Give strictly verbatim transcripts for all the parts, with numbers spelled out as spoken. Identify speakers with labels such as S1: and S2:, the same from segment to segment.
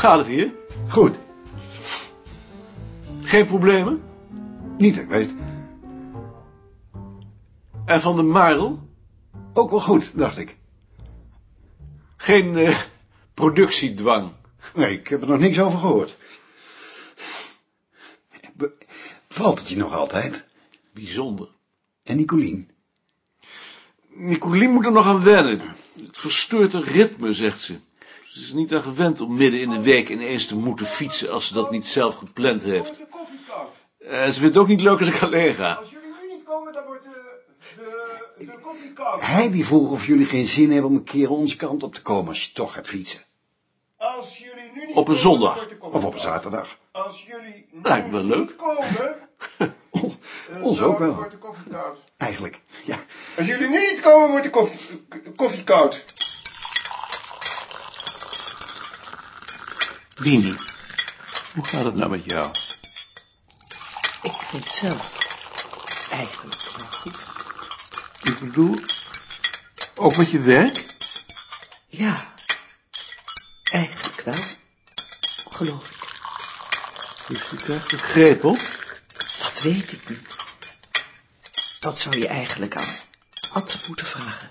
S1: gaat het hier?
S2: Goed.
S1: Geen problemen?
S2: Niet dat ik weet.
S1: En van de Marel?
S2: Ook wel goed, dacht ik.
S1: Geen uh, productiedwang?
S2: Nee, ik heb er nog niks over gehoord. Be- Valt het je nog altijd?
S1: Bijzonder.
S2: En Nicolien?
S1: Nicolien moet er nog aan wennen. Het verstoort haar ritme, zegt ze. Ze is niet aan gewend om midden in de week ineens te moeten fietsen als ze dat niet zelf gepland heeft. Uh, ze vindt het ook niet leuk als ik alleen ga.
S3: Als jullie nu niet komen, dan wordt de, de, de koffie koud.
S2: Hij die vroeg of jullie geen zin hebben om een keer onze kant op te komen als je toch gaat fietsen.
S3: Als jullie nu niet
S1: Op een
S3: komen,
S1: zondag.
S3: dan wordt de koffie
S2: Of op een
S3: koud.
S2: zaterdag.
S3: Als jullie nu
S1: Lijkt me wel leuk.
S3: niet komen,
S2: Ons,
S3: uh,
S2: ons
S3: dan
S2: ook wel.
S3: wordt de koffie koud.
S2: Eigenlijk, ja.
S3: Als jullie nu niet komen, wordt de koffie, koffie koud.
S1: Dini, hoe gaat het nou met jou?
S4: Ik vind het zelf eigenlijk wel goed.
S1: Ik bedoel, ook met je werk?
S4: Ja, eigenlijk wel, geloof ik.
S1: Dus je krijgt een greep op?
S4: Dat weet ik niet. Dat zou je eigenlijk aan Ad moeten vragen.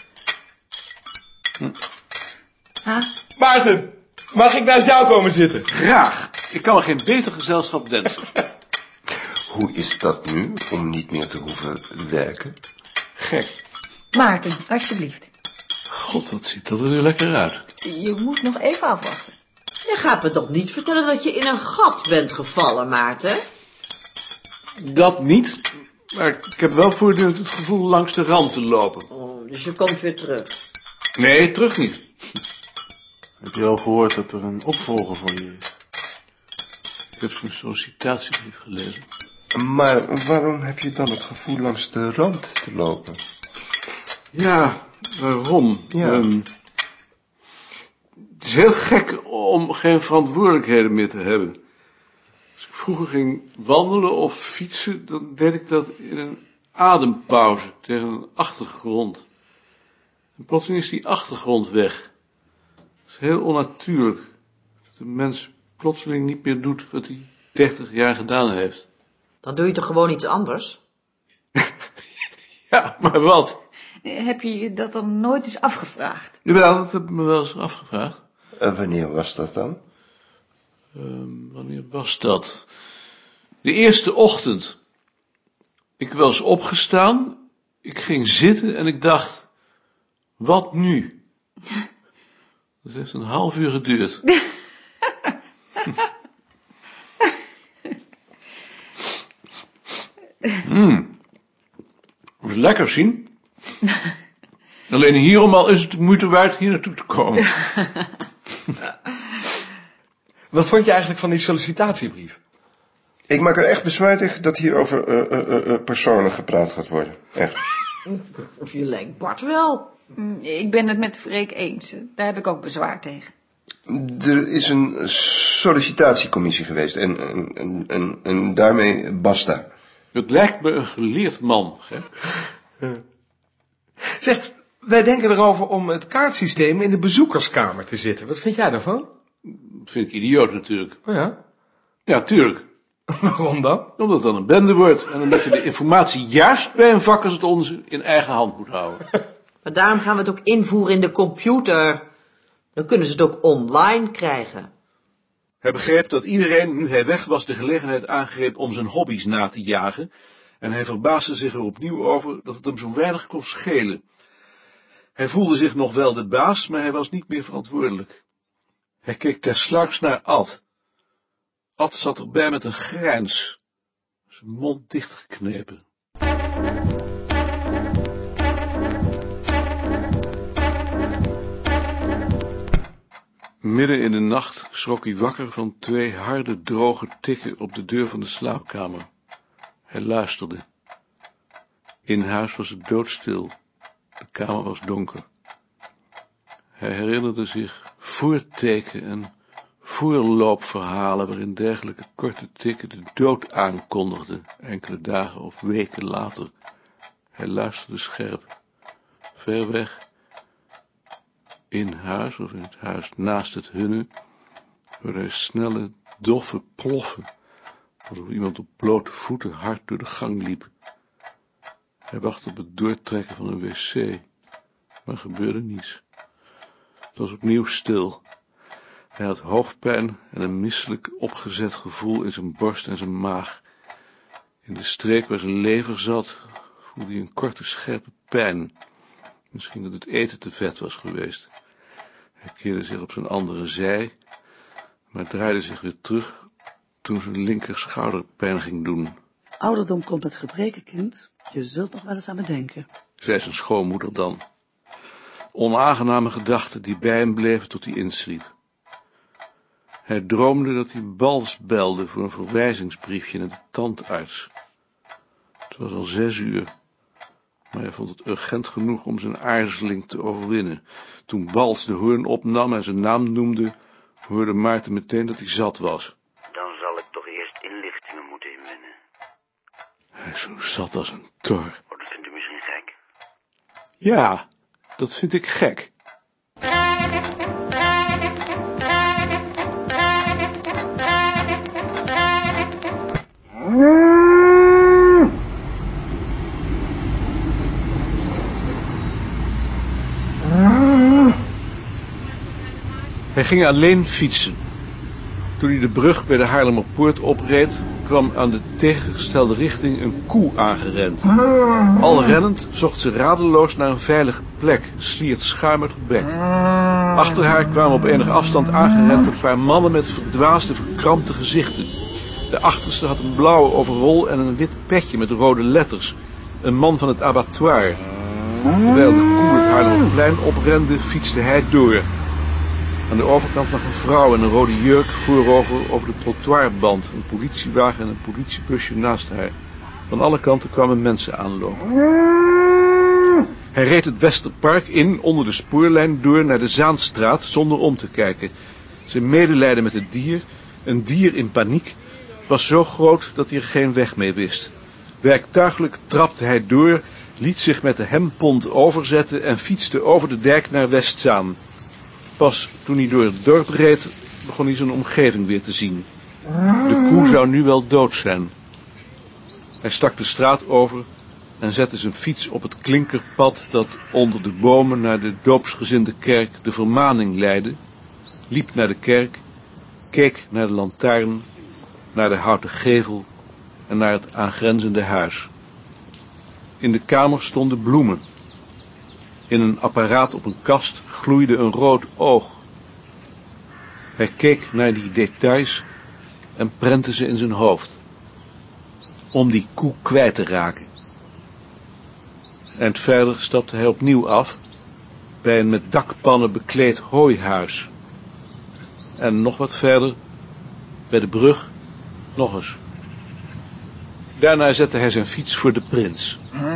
S1: Hm.
S4: Ah,
S5: Maarten, mag ik naast jou komen zitten?
S1: Graag. Ik kan me geen beter gezelschap wensen.
S5: Hoe is dat nu, om niet meer te hoeven werken?
S1: Gek.
S6: Maarten, alsjeblieft.
S1: God, wat ziet dat er nu lekker uit.
S6: Je moet nog even afwachten.
S4: je gaat me toch niet vertellen dat je in een gat bent gevallen, Maarten?
S1: Dat niet, maar ik heb wel voortdurend het gevoel langs de rand te lopen.
S4: Oh, dus je komt weer terug.
S1: Nee, terug niet.
S7: Heb je al gehoord dat er een opvolger voor je is?
S1: Ik heb zijn sollicitatiebrief gelezen.
S5: Maar waarom heb je dan het gevoel langs de rand te lopen?
S1: Ja, waarom?
S5: Ja.
S1: Um, het is heel gek om geen verantwoordelijkheden meer te hebben. Als ik vroeger ging wandelen of fietsen, dan deed ik dat in een adempauze tegen een achtergrond. En plotseling is die achtergrond weg. Dat is heel onnatuurlijk. Dat een mens plotseling niet meer doet wat hij dertig jaar gedaan heeft.
S4: Dan doe je toch gewoon iets anders?
S1: Ja, maar wat?
S6: Heb je je dat dan nooit eens afgevraagd?
S1: Jawel, dat heb ik me wel eens afgevraagd.
S5: En wanneer was dat dan?
S1: Um, wanneer was dat? De eerste ochtend. Ik was opgestaan, ik ging zitten en ik dacht, wat nu? Dat heeft een half uur geduurd. Hmm. Dat is lekker zien. Alleen hierom al is het de moeite waard hier naartoe te komen.
S5: Wat vond je eigenlijk van die sollicitatiebrief? Ik maak er echt bezwaar tegen dat hier over uh, uh, uh, personen gepraat gaat worden. Echt.
S4: Je lijkt Bart wel.
S6: Ik ben het met Freek eens. Daar heb ik ook bezwaar tegen.
S5: Er is een sollicitatiecommissie geweest en, en, en, en, en daarmee basta.
S1: Het lijkt me een geleerd man. Hè?
S8: Zeg, wij denken erover om het kaartsysteem in de bezoekerskamer te zetten. Wat vind jij daarvan?
S1: Dat vind ik idioot natuurlijk.
S8: Oh ja?
S1: Ja, tuurlijk.
S8: Waarom dan?
S1: Omdat het dan een bende wordt. En omdat je de informatie juist bij een vak als het onze in eigen hand moet houden.
S4: Maar daarom gaan we het ook invoeren in de computer. Dan kunnen ze het ook online krijgen.
S1: Hij begreep dat iedereen, nu hij weg was, de gelegenheid aangreep om zijn hobby's na te jagen. En hij verbaasde zich er opnieuw over dat het hem zo weinig kon schelen. Hij voelde zich nog wel de baas, maar hij was niet meer verantwoordelijk. Hij keek tersluiks naar Ad. Ad zat erbij met een grijns, zijn mond dichtgeknepen. Midden in de nacht schrok hij wakker van twee harde, droge tikken op de deur van de slaapkamer. Hij luisterde. In huis was het doodstil. De kamer was donker. Hij herinnerde zich voorteken en voorloopverhalen waarin dergelijke korte tikken de dood aankondigden, enkele dagen of weken later. Hij luisterde scherp. Ver weg, in huis of in het huis naast het hunne, hoorde hij snelle, doffe ploffen, alsof iemand op blote voeten hard door de gang liep. Hij wachtte op het doortrekken van een wc, maar er gebeurde niets. Het was opnieuw stil. Hij had hoofdpijn en een misselijk opgezet gevoel in zijn borst en zijn maag. In de streek waar zijn lever zat, voelde hij een korte, scherpe pijn. Misschien dat het eten te vet was geweest. Hij keerde zich op zijn andere zij, maar draaide zich weer terug toen zijn linker schouder pijn ging doen.
S4: Ouderdom komt met gebreken, kind. Je zult nog wel eens aan me denken,
S1: Zei zijn schoonmoeder dan. Onaangename gedachten die bij hem bleven tot hij insliep. Hij droomde dat hij Bals belde voor een verwijzingsbriefje naar de tandarts. Het was al zes uur, maar hij vond het urgent genoeg om zijn aarzeling te overwinnen. Toen Bals de hoorn opnam en zijn naam noemde, hoorde Maarten meteen dat hij zat was.
S9: Dan zal ik toch eerst inlichtingen moeten inwinnen.
S1: Hij is zo zat als een tor.
S9: Oh, dat vindt u misschien gek.
S1: Ja, dat vind ik gek. Hij ging alleen fietsen. Toen hij de brug bij de Haarlemmerpoort opreed, kwam aan de tegengestelde richting een koe aangerend. Al rennend zocht ze radeloos naar een veilige plek, sliert schuim uit het bek. Achter haar kwamen op enige afstand aangerend een paar mannen met verdwaasde, verkrampte gezichten. De achterste had een blauwe overrol en een wit petje met rode letters. Een man van het abattoir. Terwijl de koe het Haarlemmerplein oprende, fietste hij door. Aan de overkant lag een vrouw in een rode jurk voorover over de trottoirband, een politiewagen en een politiebusje naast haar. Van alle kanten kwamen mensen aanlopen. Hij reed het Westerpark in, onder de spoorlijn door naar de Zaanstraat, zonder om te kijken. Zijn medelijden met het dier, een dier in paniek, was zo groot dat hij er geen weg mee wist. Werktuigelijk trapte hij door, liet zich met de hempont overzetten en fietste over de dijk naar Westzaan. Pas toen hij door het dorp reed, begon hij zijn omgeving weer te zien. De koe zou nu wel dood zijn. Hij stak de straat over en zette zijn fiets op het klinkerpad dat onder de bomen naar de doopsgezinde kerk de Vermaning leidde, liep naar de kerk, keek naar de lantaarn, naar de houten gevel en naar het aangrenzende huis. In de kamer stonden bloemen. In een apparaat op een kast gloeide een rood oog. Hij keek naar die details en prentte ze in zijn hoofd. Om die koe kwijt te raken. En verder stapte hij opnieuw af, bij een met dakpannen bekleed hooihuis. En nog wat verder, bij de brug, nog eens. Daarna zette hij zijn fiets voor de Prins.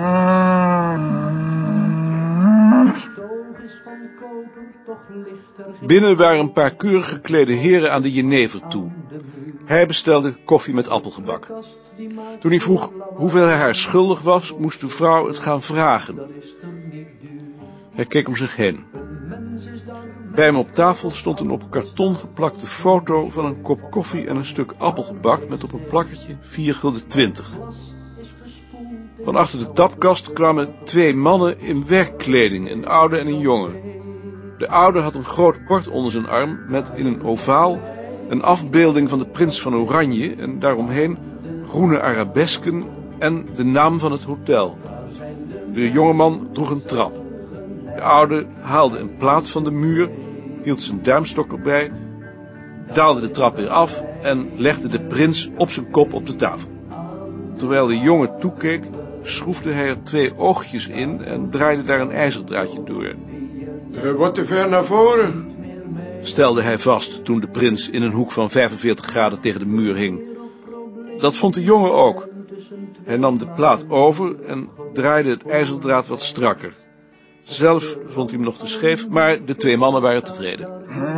S1: Binnen waren een paar keurig geklede heren aan de jenever toe. Hij bestelde koffie met appelgebak. Toen hij vroeg hoeveel hij haar schuldig was, moest de vrouw het gaan vragen. Hij keek om zich heen. Bij hem op tafel stond een op karton geplakte foto van een kop koffie en een stuk appelgebak met op een plakkertje vier gulden twintig. Van achter de tapkast kwamen twee mannen in werkkleding, een oude en een jonge. De oude had een groot bord onder zijn arm met in een ovaal een afbeelding van de prins van Oranje en daaromheen groene arabesken en de naam van het hotel. De jongeman droeg een trap. De oude haalde een plaat van de muur, hield zijn duimstok erbij, daalde de trap weer af en legde de prins op zijn kop op de tafel. Terwijl de jongen toekeek, schroefde hij er twee oogjes in en draaide daar een ijzerdraadje door.
S5: Uh, wat te ver naar voren,
S1: stelde hij vast toen de prins in een hoek van vijfenveertig graden tegen de muur hing. Dat vond de jongen ook. Hij nam de plaat over en draaide het ijzerdraad wat strakker. Zelf vond hij hem nog te scheef, maar de twee mannen waren tevreden.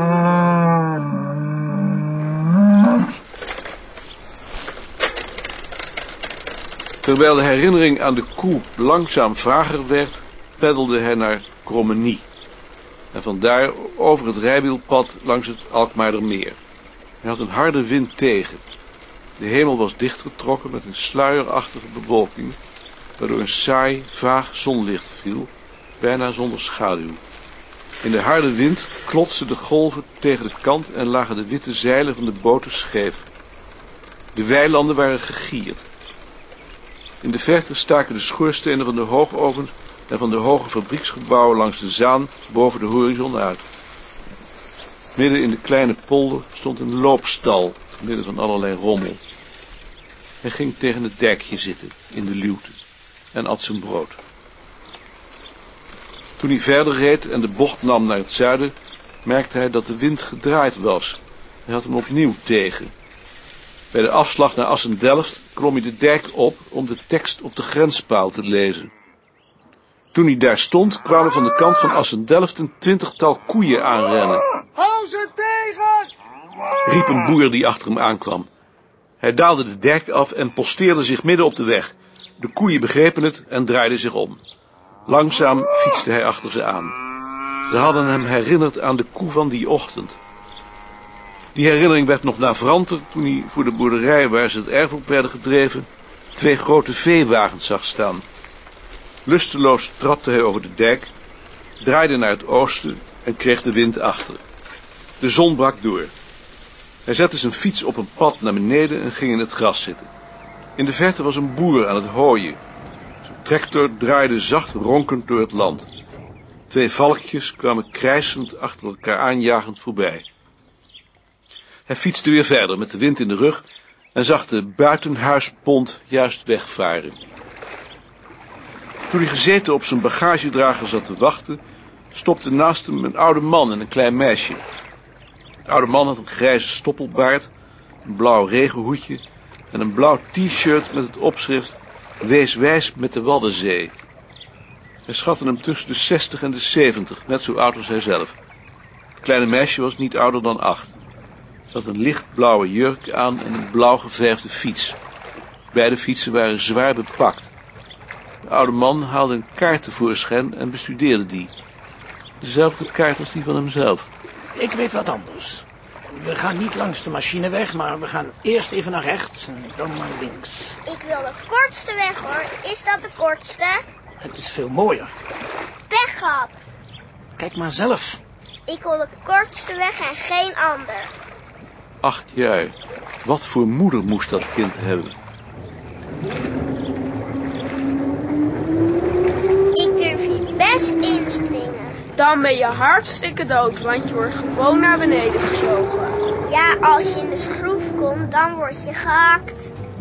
S1: Terwijl de herinnering aan de koe langzaam vager werd, peddelde hij naar Krommenie. En vandaar over het rijwielpad langs het Alkmaardermeer. Hij had een harde wind tegen. De hemel was dichtgetrokken met een sluierachtige bewolking, waardoor een saai, vaag zonlicht viel, bijna zonder schaduw. In de harde wind klotsten de golven tegen de kant en lagen de witte zeilen van de boten scheef. De weilanden waren gegierd. In de verte staken de schoorstenen van de hoogovens en van de hoge fabrieksgebouwen langs de Zaan boven de horizon uit. Midden in de kleine polder stond een loopstal, te midden van allerlei rommel. Hij ging tegen het dijkje zitten, in de luwte, en at zijn brood. Toen hij verder reed en de bocht nam naar het zuiden, merkte hij dat de wind gedraaid was. Hij had hem opnieuw tegen. Bij de afslag naar Assen-Delft klom hij de dijk op om de tekst op de grenspaal te lezen. Toen hij daar stond, kwamen van de kant van Assen-Delft een twintigtal koeien aanrennen.
S3: Hou ze tegen!
S1: Riep een boer die achter hem aankwam. Hij daalde de dijk af en posteerde zich midden op de weg. De koeien begrepen het en draaiden zich om. Langzaam fietste hij achter ze aan. Ze hadden hem herinnerd aan de koe van die ochtend. Die herinnering werd nog navranter toen hij voor de boerderij waar ze het erf op werden gedreven twee grote veewagens zag staan. Lusteloos trapte hij over de dijk, draaide naar het oosten en kreeg de wind achter. De zon brak door. Hij zette zijn fiets op een pad naar beneden en ging in het gras zitten. In de verte was een boer aan het hooien. Zijn tractor draaide zacht ronkend door het land. Twee valkjes kwamen krijsend achter elkaar aanjagend voorbij. Hij fietste weer verder met de wind in de rug en zag de buitenhuispont juist wegvaren. Toen hij gezeten op zijn bagagedrager zat te wachten, stopte naast hem een oude man en een klein meisje. De oude man had een grijze stoppelbaard, een blauw regenhoedje en een blauw t-shirt met het opschrift "Wees wijs met de Waddenzee". Hij schatte hem tussen de zestig en de zeventig, net zo oud als hij zelf. Het kleine meisje was niet ouder dan acht. Ze had een lichtblauwe jurk aan en een blauw geverfde fiets. Beide fietsen waren zwaar bepakt. De oude man haalde een kaart tevoorschijn en bestudeerde die. Dezelfde kaart als die van hemzelf.
S10: Ik weet wat anders. We gaan niet langs de machineweg, maar we gaan eerst even naar rechts en dan naar links.
S11: Ik wil de kortste weg, hoor. Is dat de kortste?
S10: Het is veel mooier.
S11: Pech gehad.
S10: Kijk maar zelf.
S11: Ik wil de kortste weg en geen ander.
S1: Acht jaar. Wat voor moeder moest dat kind hebben?
S11: Ik durf hier best inspringen.
S12: Dan ben je hartstikke dood, want je wordt gewoon naar beneden gezogen.
S11: Ja, als je in de schroef komt, dan word je gehakt.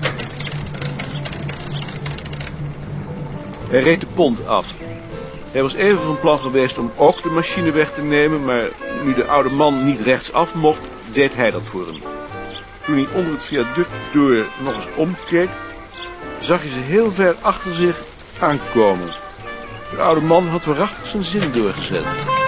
S1: Hij reed de pont af. Hij was even van plan geweest om ook de machine weg te nemen, maar nu de oude man niet rechtsaf mocht, deed hij dat voor hem. Toen hij onder het viaduct door nog eens omkeek, zag hij ze heel ver achter zich aankomen. De oude man had waarachtig zijn zin doorgezet.